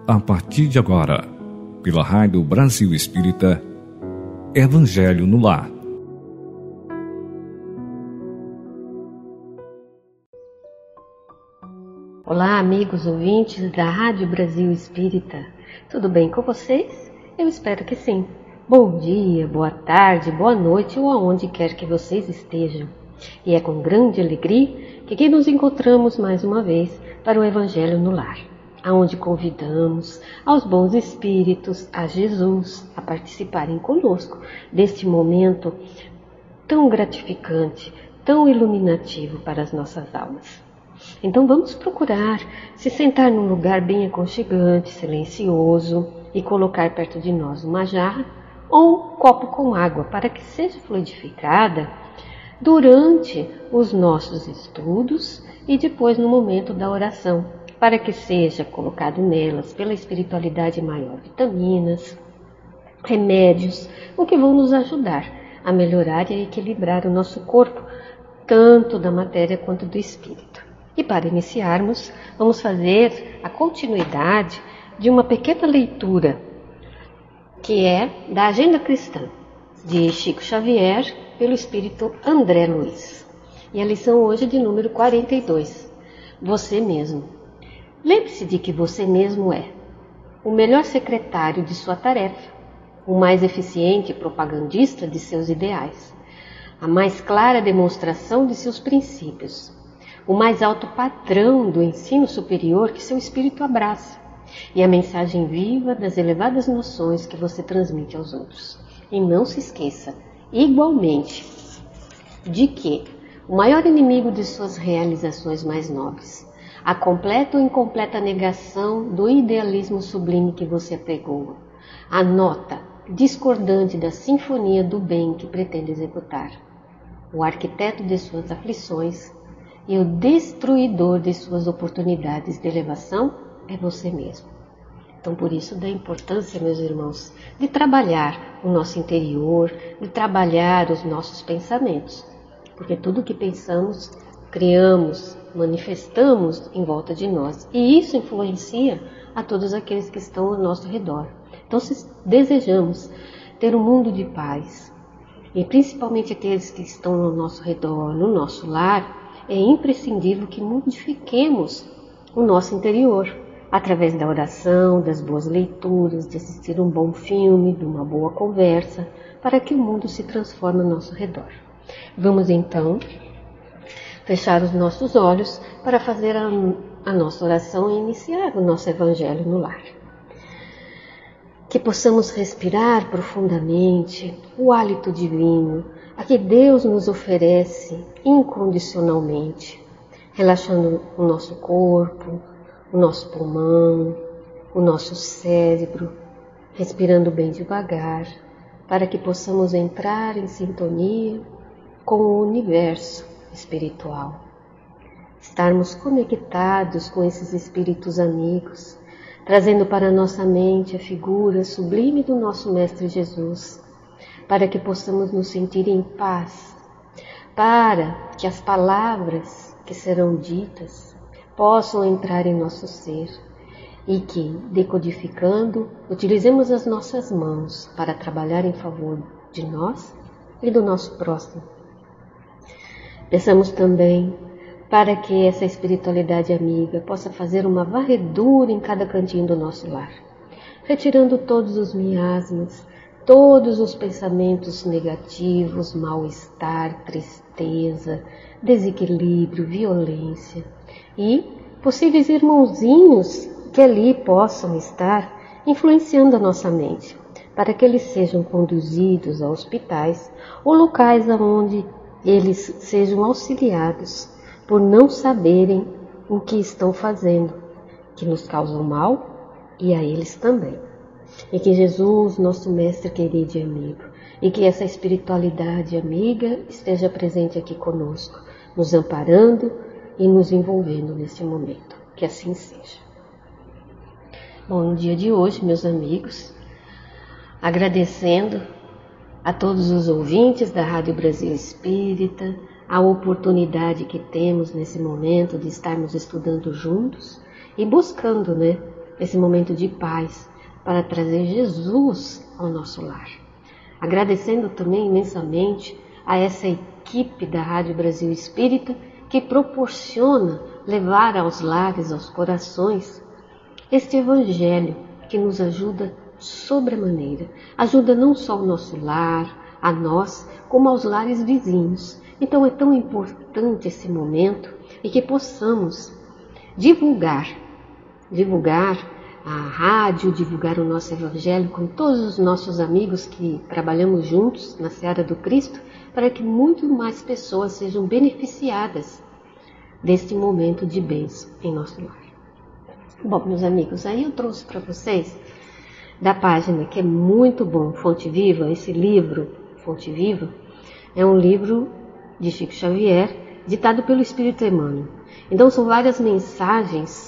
A partir de agora, pela Rádio Brasil Espírita, Evangelho no Lar. Olá, amigos ouvintes da Rádio Brasil Espírita. Tudo bem com vocês? Eu espero que sim. Bom dia, boa tarde, boa noite ou aonde quer que vocês estejam. E é com grande alegria que aqui nos encontramos mais uma vez para o Evangelho no Lar, aonde convidamos aos bons espíritos, a Jesus, a participarem conosco deste momento tão gratificante, tão iluminativo para as nossas almas. Então vamos procurar se sentar num lugar bem aconchegante, silencioso e colocar perto de nós uma jarra ou um copo com água para que seja fluidificada durante os nossos estudos e depois no momento da oração, para que seja colocado nelas pela espiritualidade maior vitaminas, remédios, o que vão nos ajudar a melhorar e a equilibrar o nosso corpo, tanto da matéria quanto do espírito. E para iniciarmos, vamos fazer a continuidade de uma pequena leitura, que é da Agenda Cristã, de Chico Xavier, pelo Espírito André Luiz. E a lição hoje é de número 42, Você Mesmo. Lembre-se de que você mesmo é o melhor secretário de sua tarefa, o mais eficiente propagandista de seus ideais, a mais clara demonstração de seus princípios, o mais alto padrão do ensino superior que seu espírito abraça e a mensagem viva das elevadas noções que você transmite aos outros. E não se esqueça, igualmente, de que o maior inimigo de suas realizações mais nobres, a completa ou incompleta negação do idealismo sublime que você apregoa, a nota discordante da sinfonia do bem que pretende executar, o arquiteto de suas aflições e o destruidor de suas oportunidades de elevação é você mesmo. Então, por isso, da importância, meus irmãos, de trabalhar o nosso interior, de trabalhar os nossos pensamentos. Porque tudo que pensamos, criamos, manifestamos em volta de nós. E isso influencia a todos aqueles que estão ao nosso redor. Então, se desejamos ter um mundo de paz, e principalmente aqueles que estão no nosso redor, no nosso lar, é imprescindível que modifiquemos o nosso interior, através da oração, das boas leituras, de assistir um bom filme, de uma boa conversa, para que o mundo se transforme ao nosso redor. Vamos então fechar os nossos olhos para fazer a nossa oração e iniciar o nosso Evangelho no Lar. Que possamos respirar profundamente o hálito divino, a que Deus nos oferece incondicionalmente, relaxando o nosso corpo, o nosso pulmão, o nosso cérebro, respirando bem devagar, para que possamos entrar em sintonia com o universo espiritual. Estarmos conectados com esses espíritos amigos, trazendo para nossa mente a figura sublime do nosso Mestre Jesus, para que possamos nos sentir em paz, para que as palavras que serão ditas possam entrar em nosso ser e que, decodificando, utilizemos as nossas mãos para trabalhar em favor de nós e do nosso próximo. Peçamos também para que essa espiritualidade amiga possa fazer uma varredura em cada cantinho do nosso lar, retirando todos os miasmas, todos os pensamentos negativos, mal-estar, tristeza, desequilíbrio, violência e possíveis irmãozinhos que ali possam estar influenciando a nossa mente, para que eles sejam conduzidos a hospitais ou locais onde eles sejam auxiliados por não saberem o que estão fazendo, que nos causam mal e a eles também. E que Jesus, nosso Mestre querido e amigo, e que essa espiritualidade amiga esteja presente aqui conosco, nos amparando e nos envolvendo neste momento. Que assim seja. Bom, no dia de hoje, meus amigos, agradecendo a todos os ouvintes da Rádio Brasil Espírita, a oportunidade que temos nesse momento de estarmos estudando juntos e buscando, esse momento de paz, para trazer Jesus ao nosso lar. Agradecendo também imensamente a essa equipe da Rádio Brasil Espírita que proporciona levar aos lares, aos corações, este Evangelho que nos ajuda sobremaneira. Ajuda não só o nosso lar, a nós, como aos lares vizinhos. Então é tão importante esse momento e que possamos divulgar a rádio, divulgar o nosso Evangelho com todos os nossos amigos que trabalhamos juntos na Seara do Cristo, para que muito mais pessoas sejam beneficiadas deste momento de bênção em nosso lar. Bom, meus amigos, aí eu trouxe para vocês da página que é muito bom, Fonte Viva. Esse livro, Fonte Viva, é um livro de Chico Xavier, ditado pelo Espírito Emmanuel. Então são várias mensagens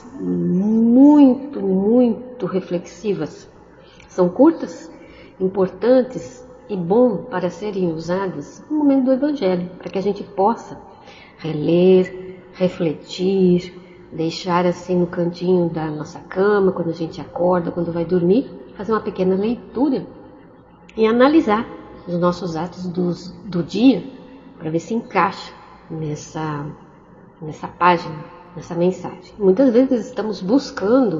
muito reflexivas. São curtas, importantes e bom para serem usadas no momento do Evangelho, para que a gente possa reler, refletir, deixar assim no cantinho da nossa cama, quando a gente acorda, quando vai dormir, fazer uma pequena leitura e analisar os nossos atos do dia, para ver se encaixa nessa página, nessa mensagem. Muitas vezes estamos buscando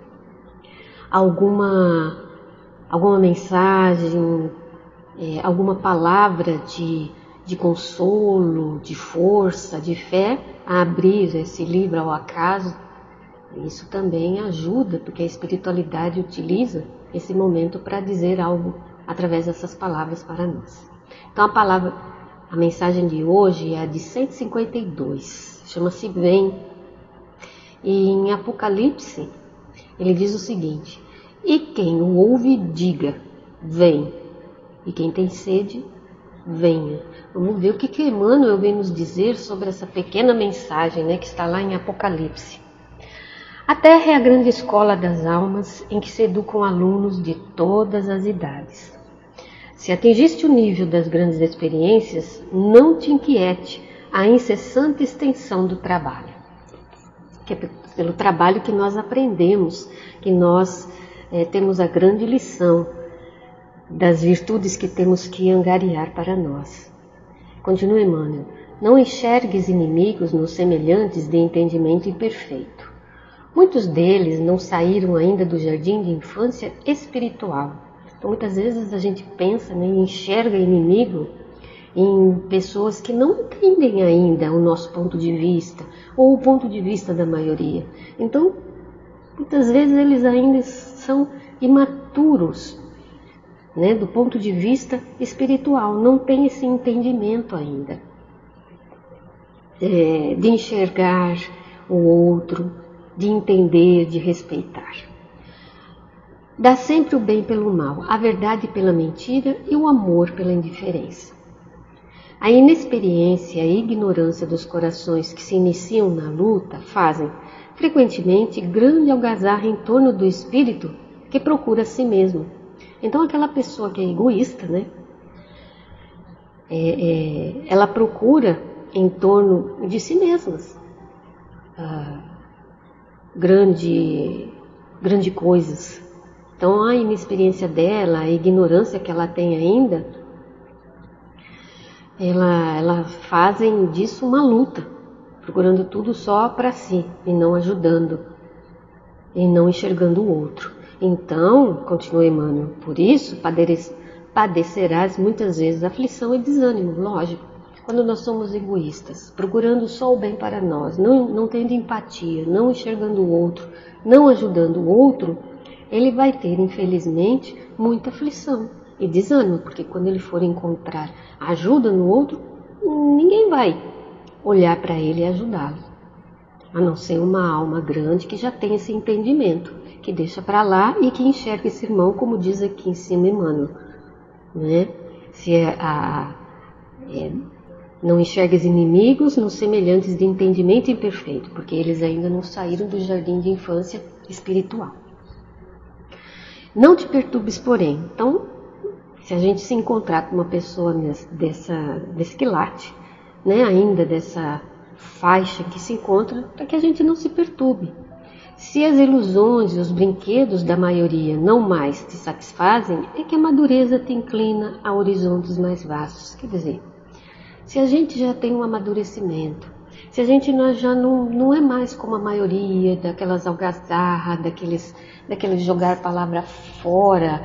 alguma mensagem, alguma palavra de consolo, de força, de fé, a abrir esse livro ao acaso. Isso também ajuda, porque a espiritualidade utiliza esse momento para dizer algo através dessas palavras para nós. Então a mensagem de hoje é a de 152, chama-se Vem. E em Apocalipse ele diz o seguinte: e quem o ouve diga, vem, e quem tem sede, venha. Vamos ver o que Emmanuel vem nos dizer sobre essa pequena mensagem, que está lá em Apocalipse. A Terra é a grande escola das almas em que se educam alunos de todas as idades. Se atingiste o nível das grandes experiências, não te inquiete a incessante extensão do trabalho. Que é pelo trabalho que nós aprendemos, que nós temos a grande lição das virtudes que temos que angariar para nós. Continua Emmanuel: não enxergues inimigos nos semelhantes de entendimento imperfeito. Muitos deles não saíram ainda do jardim de infância espiritual. Então, muitas vezes a gente pensa, e enxerga inimigo em pessoas que não entendem ainda o nosso ponto de vista, ou o ponto de vista da maioria. Então, muitas vezes eles ainda são imaturos, do ponto de vista espiritual, não tem esse entendimento ainda de enxergar o outro, de entender, de respeitar. Dá sempre o bem pelo mal, a verdade pela mentira e o amor pela indiferença. A inexperiência e a ignorância dos corações que se iniciam na luta fazem, frequentemente, grande algazarra em torno do espírito que procura a si mesmo. Então, aquela pessoa que é egoísta, ela procura em torno de si mesmas grande coisas. Então, a inexperiência dela, a ignorância que ela tem ainda, ela fazem disso uma luta, procurando tudo só para si e não ajudando, e não enxergando o outro. Então, continua Emmanuel, por isso padecerás muitas vezes aflição e desânimo, lógico, quando nós somos egoístas, procurando só o bem para nós, não tendo empatia, não enxergando o outro, não ajudando o outro, ele vai ter, infelizmente, muita aflição e desânimo, porque quando ele for encontrar ajuda no outro, ninguém vai olhar para ele e ajudá-lo, a não ser uma alma grande que já tem esse entendimento, que deixa para lá e que enxerga esse irmão, como diz aqui em cima Emmanuel, se não enxerga os inimigos nos semelhantes de entendimento imperfeito, porque eles ainda não saíram do jardim de infância espiritual. Não te perturbes, porém. Então, se a gente se encontrar com uma pessoa desse quilate, ainda dessa faixa que se encontra, para que a gente não se perturbe. Se as ilusões e os brinquedos da maioria não mais te satisfazem, é que a madureza te inclina a horizontes mais vastos. Quer dizer, se a gente já tem um amadurecimento, se a gente já não é mais como a maioria, daquelas algazarras, daqueles jogar palavra fora,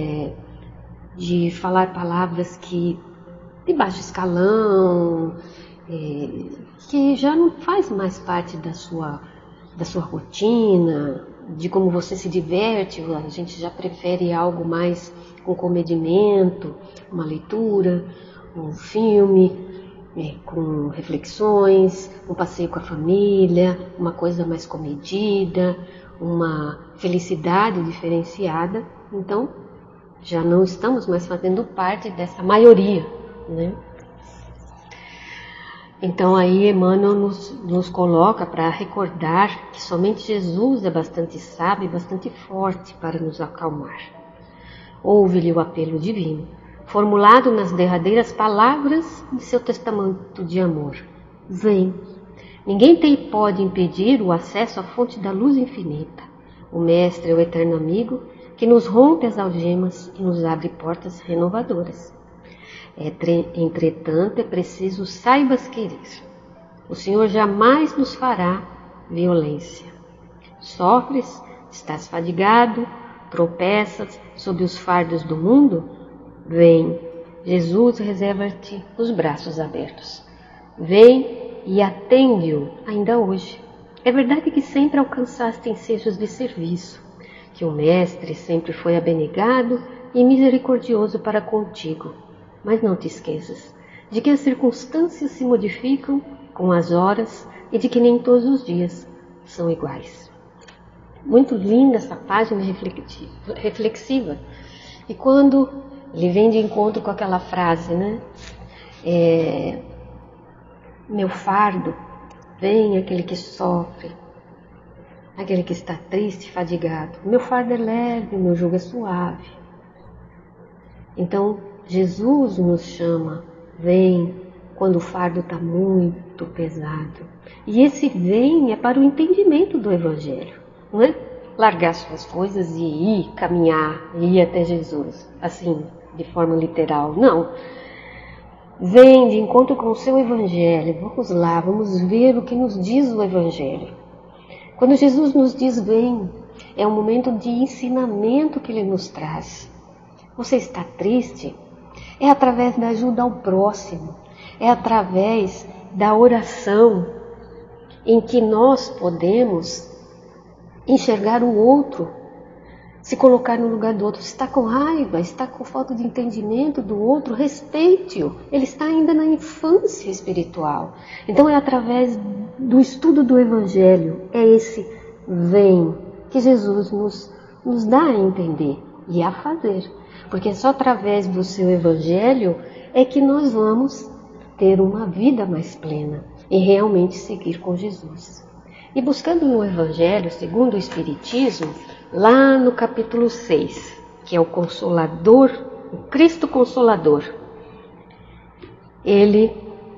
de falar palavras que de baixo escalão, que já não faz mais parte da sua rotina, de como você se diverte. A gente já prefere algo mais com comedimento, uma leitura, um filme com reflexões, um passeio com a família, uma coisa mais comedida, uma felicidade diferenciada. Então, já não estamos mais fazendo parte dessa maioria, né? Então aí Emmanuel nos coloca para recordar que somente Jesus é bastante sábio e bastante forte para nos acalmar. Ouve-lhe o apelo divino, formulado nas derradeiras palavras de seu testamento de amor. Vem. Ninguém pode impedir o acesso à fonte da luz infinita. O Mestre é o eterno amigo que nos rompe as algemas e nos abre portas renovadoras. Entretanto, é preciso saibas querer. O Senhor jamais nos fará violência. Sofres, estás fadigado, tropeças sob os fardos do mundo? Vem, Jesus reserva-te os braços abertos. Vem e atende-o ainda hoje. É verdade que sempre alcançaste ensejos de serviço, que o Mestre sempre foi abnegado e misericordioso para contigo. Mas não te esqueças de que as circunstâncias se modificam com as horas e de que nem todos os dias são iguais. Muito linda essa página reflexiva. E quando ele vem de encontro com aquela frase, né? Meu fardo, vem aquele que sofre, aquele que está triste, fadigado. Meu fardo é leve, meu jugo é suave. Então, Jesus nos chama, vem, quando o fardo está muito pesado. E esse vem é para o entendimento do Evangelho, não é largar suas coisas e ir caminhar, e ir até Jesus, assim, de forma literal, não. Vem de encontro com o seu Evangelho, vamos lá, vamos ver o que nos diz o Evangelho. Quando Jesus nos diz vem, é um momento de ensinamento que Ele nos traz. Você está triste? É através da ajuda ao próximo, é através da oração em que nós podemos enxergar o outro, se colocar no lugar do outro. Está com raiva, está com falta de entendimento do outro, respeite-o. Ele está ainda na infância espiritual. Então é através do estudo do Evangelho, é esse vem que Jesus nos dá a entender e a fazer. Porque só através do seu Evangelho é que nós vamos ter uma vida mais plena e realmente seguir com Jesus. E buscando no Evangelho, segundo o Espiritismo, lá no capítulo 6, que é o Consolador, o Cristo Consolador, ele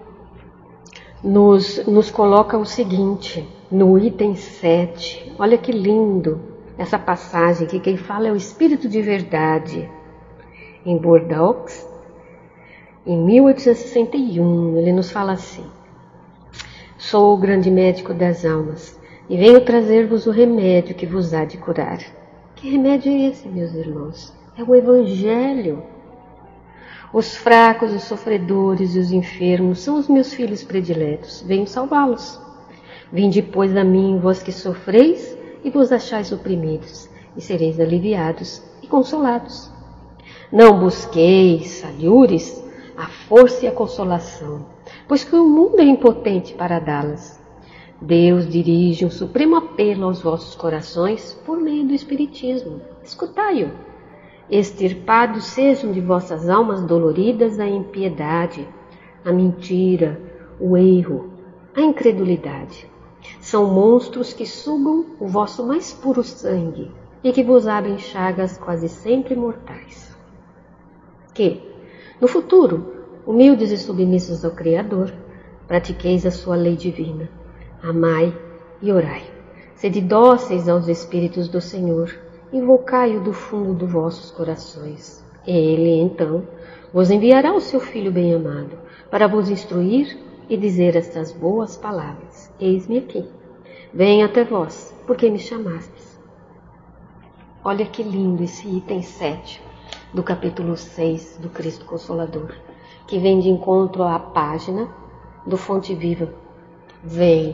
nos coloca o seguinte, no item 7, olha que lindo essa passagem, que quem fala é o Espírito de Verdade. Em Bordeaux, em 1861, ele nos fala assim: sou o grande médico das almas e venho trazer-vos o remédio que vos há de curar. Que remédio é esse, meus irmãos? É o Evangelho. Os fracos, os sofredores e os enfermos são os meus filhos prediletos. Venho salvá-los. Vinde, pois, a mim, vós que sofreis e vos achais oprimidos, e sereis aliviados e consolados. Não busqueis, alhures, a força e a consolação, pois que o mundo é impotente para dá-las. Deus dirige um supremo apelo aos vossos corações por meio do Espiritismo. Escutai-o. Extirpados sejam de vossas almas doloridas a impiedade, a mentira, o erro, a incredulidade. São monstros que sugam o vosso mais puro sangue e que vos abrem chagas quase sempre mortais. Que, no futuro, humildes e submissos ao Criador, pratiqueis a sua lei divina. Amai e orai. Sede dóceis aos Espíritos do Senhor, invocai-o do fundo dos vossos corações. Ele, então, vos enviará o seu Filho bem-amado, para vos instruir e dizer estas boas palavras. Eis-me aqui. Venho até vós, porque me chamastes. Olha que lindo esse item 7 do capítulo 6 do Cristo Consolador, que vem de encontro à página do Fonte Viva. Vem,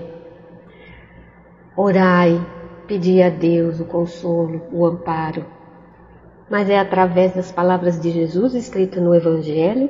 orai, pedi a Deus o consolo, o amparo. Mas é através das palavras de Jesus escritas no Evangelho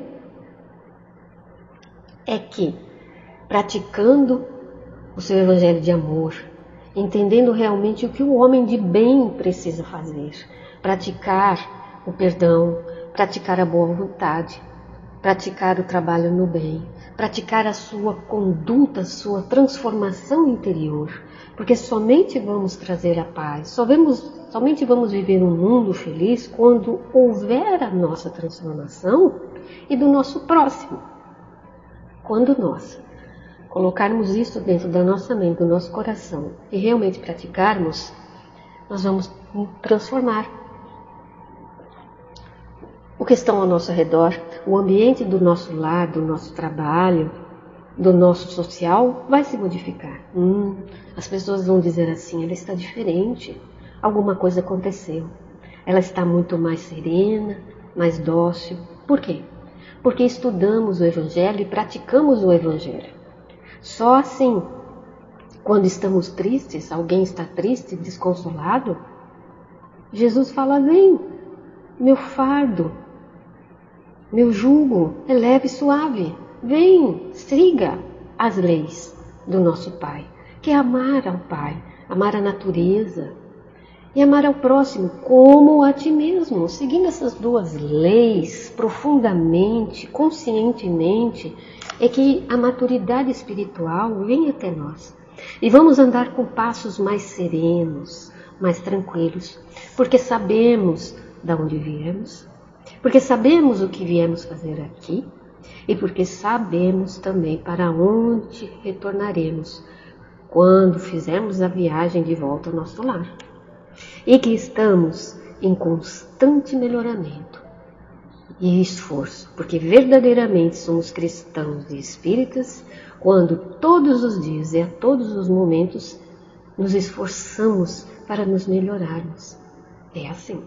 é que, praticando o seu Evangelho de amor, entendendo realmente o que o homem de bem precisa fazer, praticar o perdão, praticar a boa vontade, praticar o trabalho no bem, praticar a sua conduta, a sua transformação interior, porque somente vamos trazer a paz, somente vamos viver um mundo feliz quando houver a nossa transformação e do nosso próximo. Quando nós colocarmos isso dentro da nossa mente, do nosso coração e realmente praticarmos, nós vamos transformar o que está ao nosso redor, o ambiente do nosso lar, do nosso trabalho, do nosso social, vai se modificar. As pessoas vão dizer assim, ela está diferente, alguma coisa aconteceu. Ela está muito mais serena, mais dócil. Por quê? Porque estudamos o Evangelho e praticamos o Evangelho. Só assim, quando estamos tristes, alguém está triste, desconsolado, Jesus fala, vem, meu fardo, meu jugo é leve e suave. Vem, siga as leis do nosso Pai, que é amar ao Pai, amar a natureza e amar ao próximo como a ti mesmo. Seguindo essas duas leis profundamente, conscientemente, é que a maturidade espiritual vem até nós. E vamos andar com passos mais serenos, mais tranquilos, porque sabemos de onde viemos, porque sabemos o que viemos fazer aqui e porque sabemos também para onde retornaremos quando fizermos a viagem de volta ao nosso lar. E que estamos em constante melhoramento e esforço, porque verdadeiramente somos cristãos e espíritas quando todos os dias e a todos os momentos nos esforçamos para nos melhorarmos. É assim.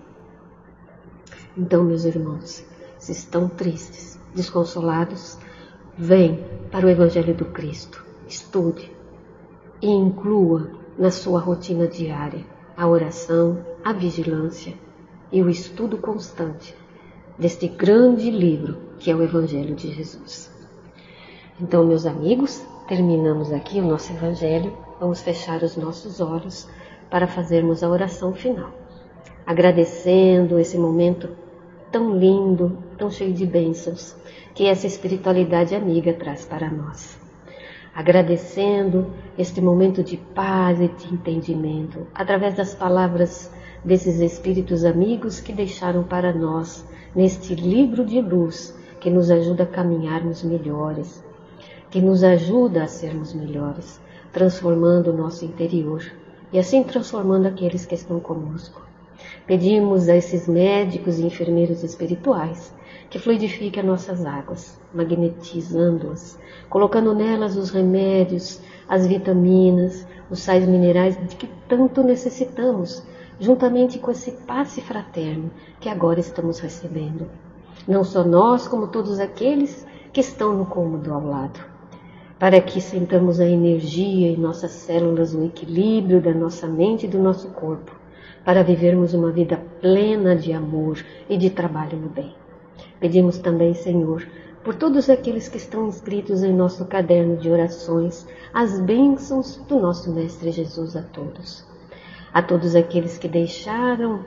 Então, meus irmãos, se estão tristes, desconsolados, vem para o Evangelho do Cristo, estude e inclua na sua rotina diária a oração, a vigilância e o estudo constante deste grande livro que é o Evangelho de Jesus. Então, meus amigos, terminamos aqui o nosso Evangelho. Vamos fechar os nossos olhos para fazermos a oração final, agradecendo esse momento tão lindo, tão cheio de bênçãos que essa espiritualidade amiga traz para nós. Agradecendo este momento de paz e de entendimento, através das palavras desses espíritos amigos que deixaram para nós neste livro de luz que nos ajuda a caminharmos melhores, que nos ajuda a sermos melhores, transformando o nosso interior e assim transformando aqueles que estão conosco. Pedimos a esses médicos e enfermeiros espirituais que fluidifiquem nossas águas, magnetizando-as, colocando nelas os remédios, as vitaminas, os sais minerais de que tanto necessitamos, juntamente com esse passe fraterno que agora estamos recebendo. Não só nós, como todos aqueles que estão no cômodo ao lado, para que sintamos a energia em nossas células, o equilíbrio da nossa mente e do nosso corpo, para vivermos uma vida plena de amor e de trabalho no bem. Pedimos também, Senhor, por todos aqueles que estão inscritos em nosso caderno de orações, as bênçãos do nosso Mestre Jesus a todos. A todos aqueles que deixaram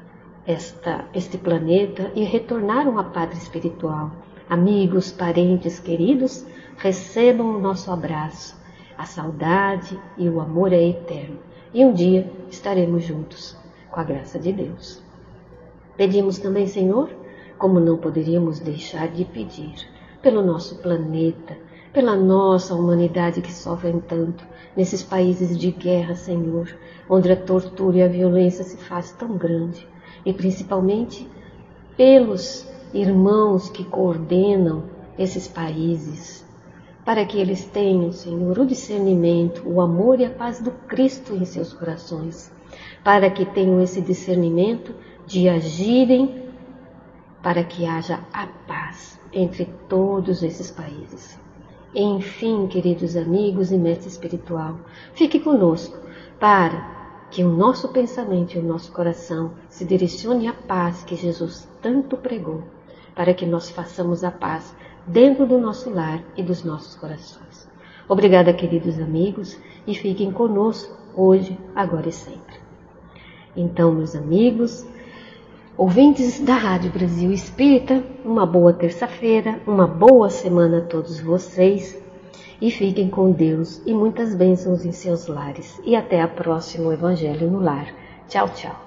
este planeta e retornaram à pátria espiritual, amigos, parentes, queridos, recebam o nosso abraço. A saudade e o amor é eterno e um dia estaremos juntos, com a graça de Deus. Pedimos também, Senhor, como não poderíamos deixar de pedir, pelo nosso planeta, pela nossa humanidade que sofre tanto, nesses países de guerra, Senhor, onde a tortura e a violência se faz tão grande, e principalmente pelos irmãos que coordenam esses países, para que eles tenham, Senhor, o discernimento, o amor e a paz do Cristo em seus corações, para que tenham esse discernimento de agirem para que haja a paz entre todos esses países. Enfim, queridos amigos e mestre espiritual, fique conosco para que o nosso pensamento e o nosso coração se direcione à paz que Jesus tanto pregou, para que nós façamos a paz dentro do nosso lar e dos nossos corações. Obrigada, queridos amigos, e fiquem conosco hoje, agora e sempre. Então, meus amigos, ouvintes da Rádio Brasil Espírita, uma boa terça-feira, uma boa semana a todos vocês, e fiquem com Deus e muitas bênçãos em seus lares. E até a próxima Evangelho no Lar. Tchau, tchau.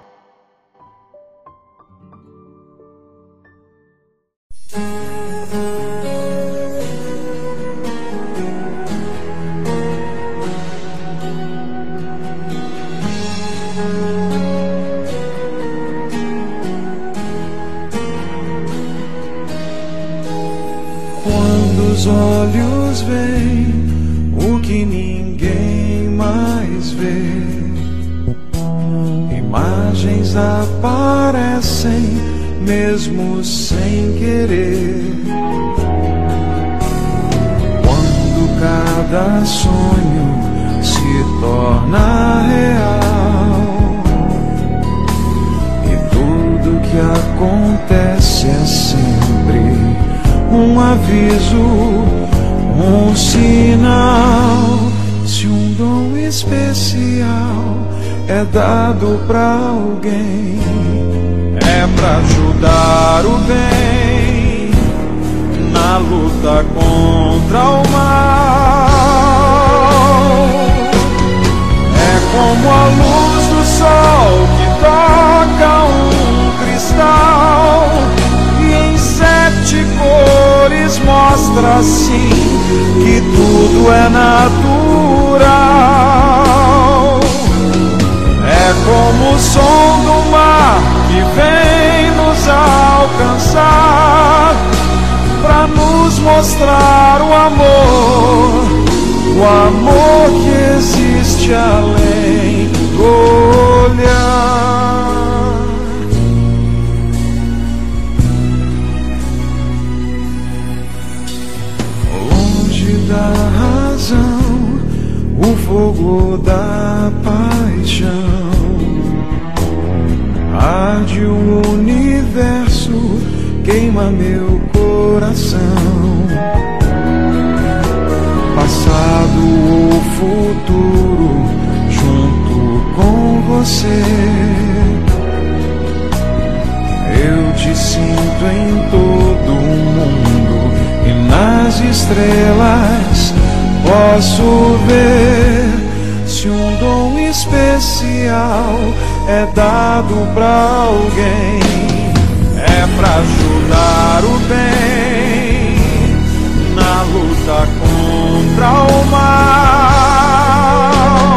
Quando os olhos veem o que ninguém mais vê, imagens aparecem mesmo sem querer. Quando cada sonho se torna real e tudo que acontece é sempre um aviso, um sinal. Se um dom especial é dado pra alguém, é pra ajudar o bem na luta contra o mal. É como a luz do sol que toca um cristal e em 7 cores mostra assim que tudo é natural. É como o som do mar que vem nos alcançar pra nos mostrar o amor que existe além do olhar. Da razão, o fogo da paixão arde o universo, queima meu coração. Passado ou futuro, junto com você, eu te sinto em todo o mundo e nas estrelas posso ver. Se um dom especial é dado pra alguém, é pra ajudar o bem na luta contra o mal.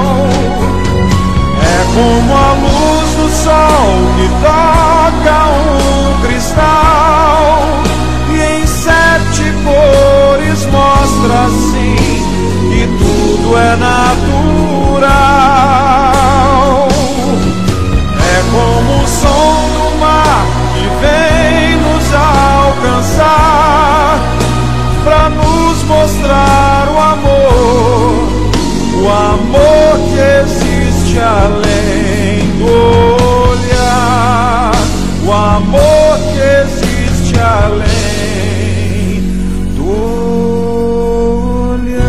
É como a luz do sol que toca um cristal e em 7 cores mostra assim que tudo é natural. É como o som do mar que vem nos alcançar pra nos mostrar o amor que existe além do olhar, o amor que existe além do olhar.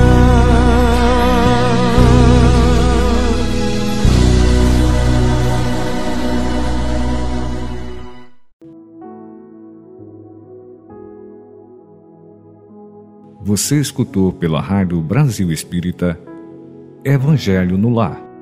Você escutou pela Rádio Brasil Espírita Evangelho no Lar.